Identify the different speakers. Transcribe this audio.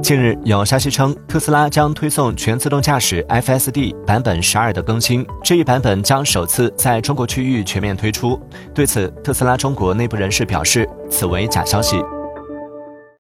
Speaker 1: 近日有消息称，特斯拉将推送全自动驾驶 FSD 版本12的更新，这一版本将首次在中国区域全面推出。对此，特斯拉中国内部人士表示，此为假消息。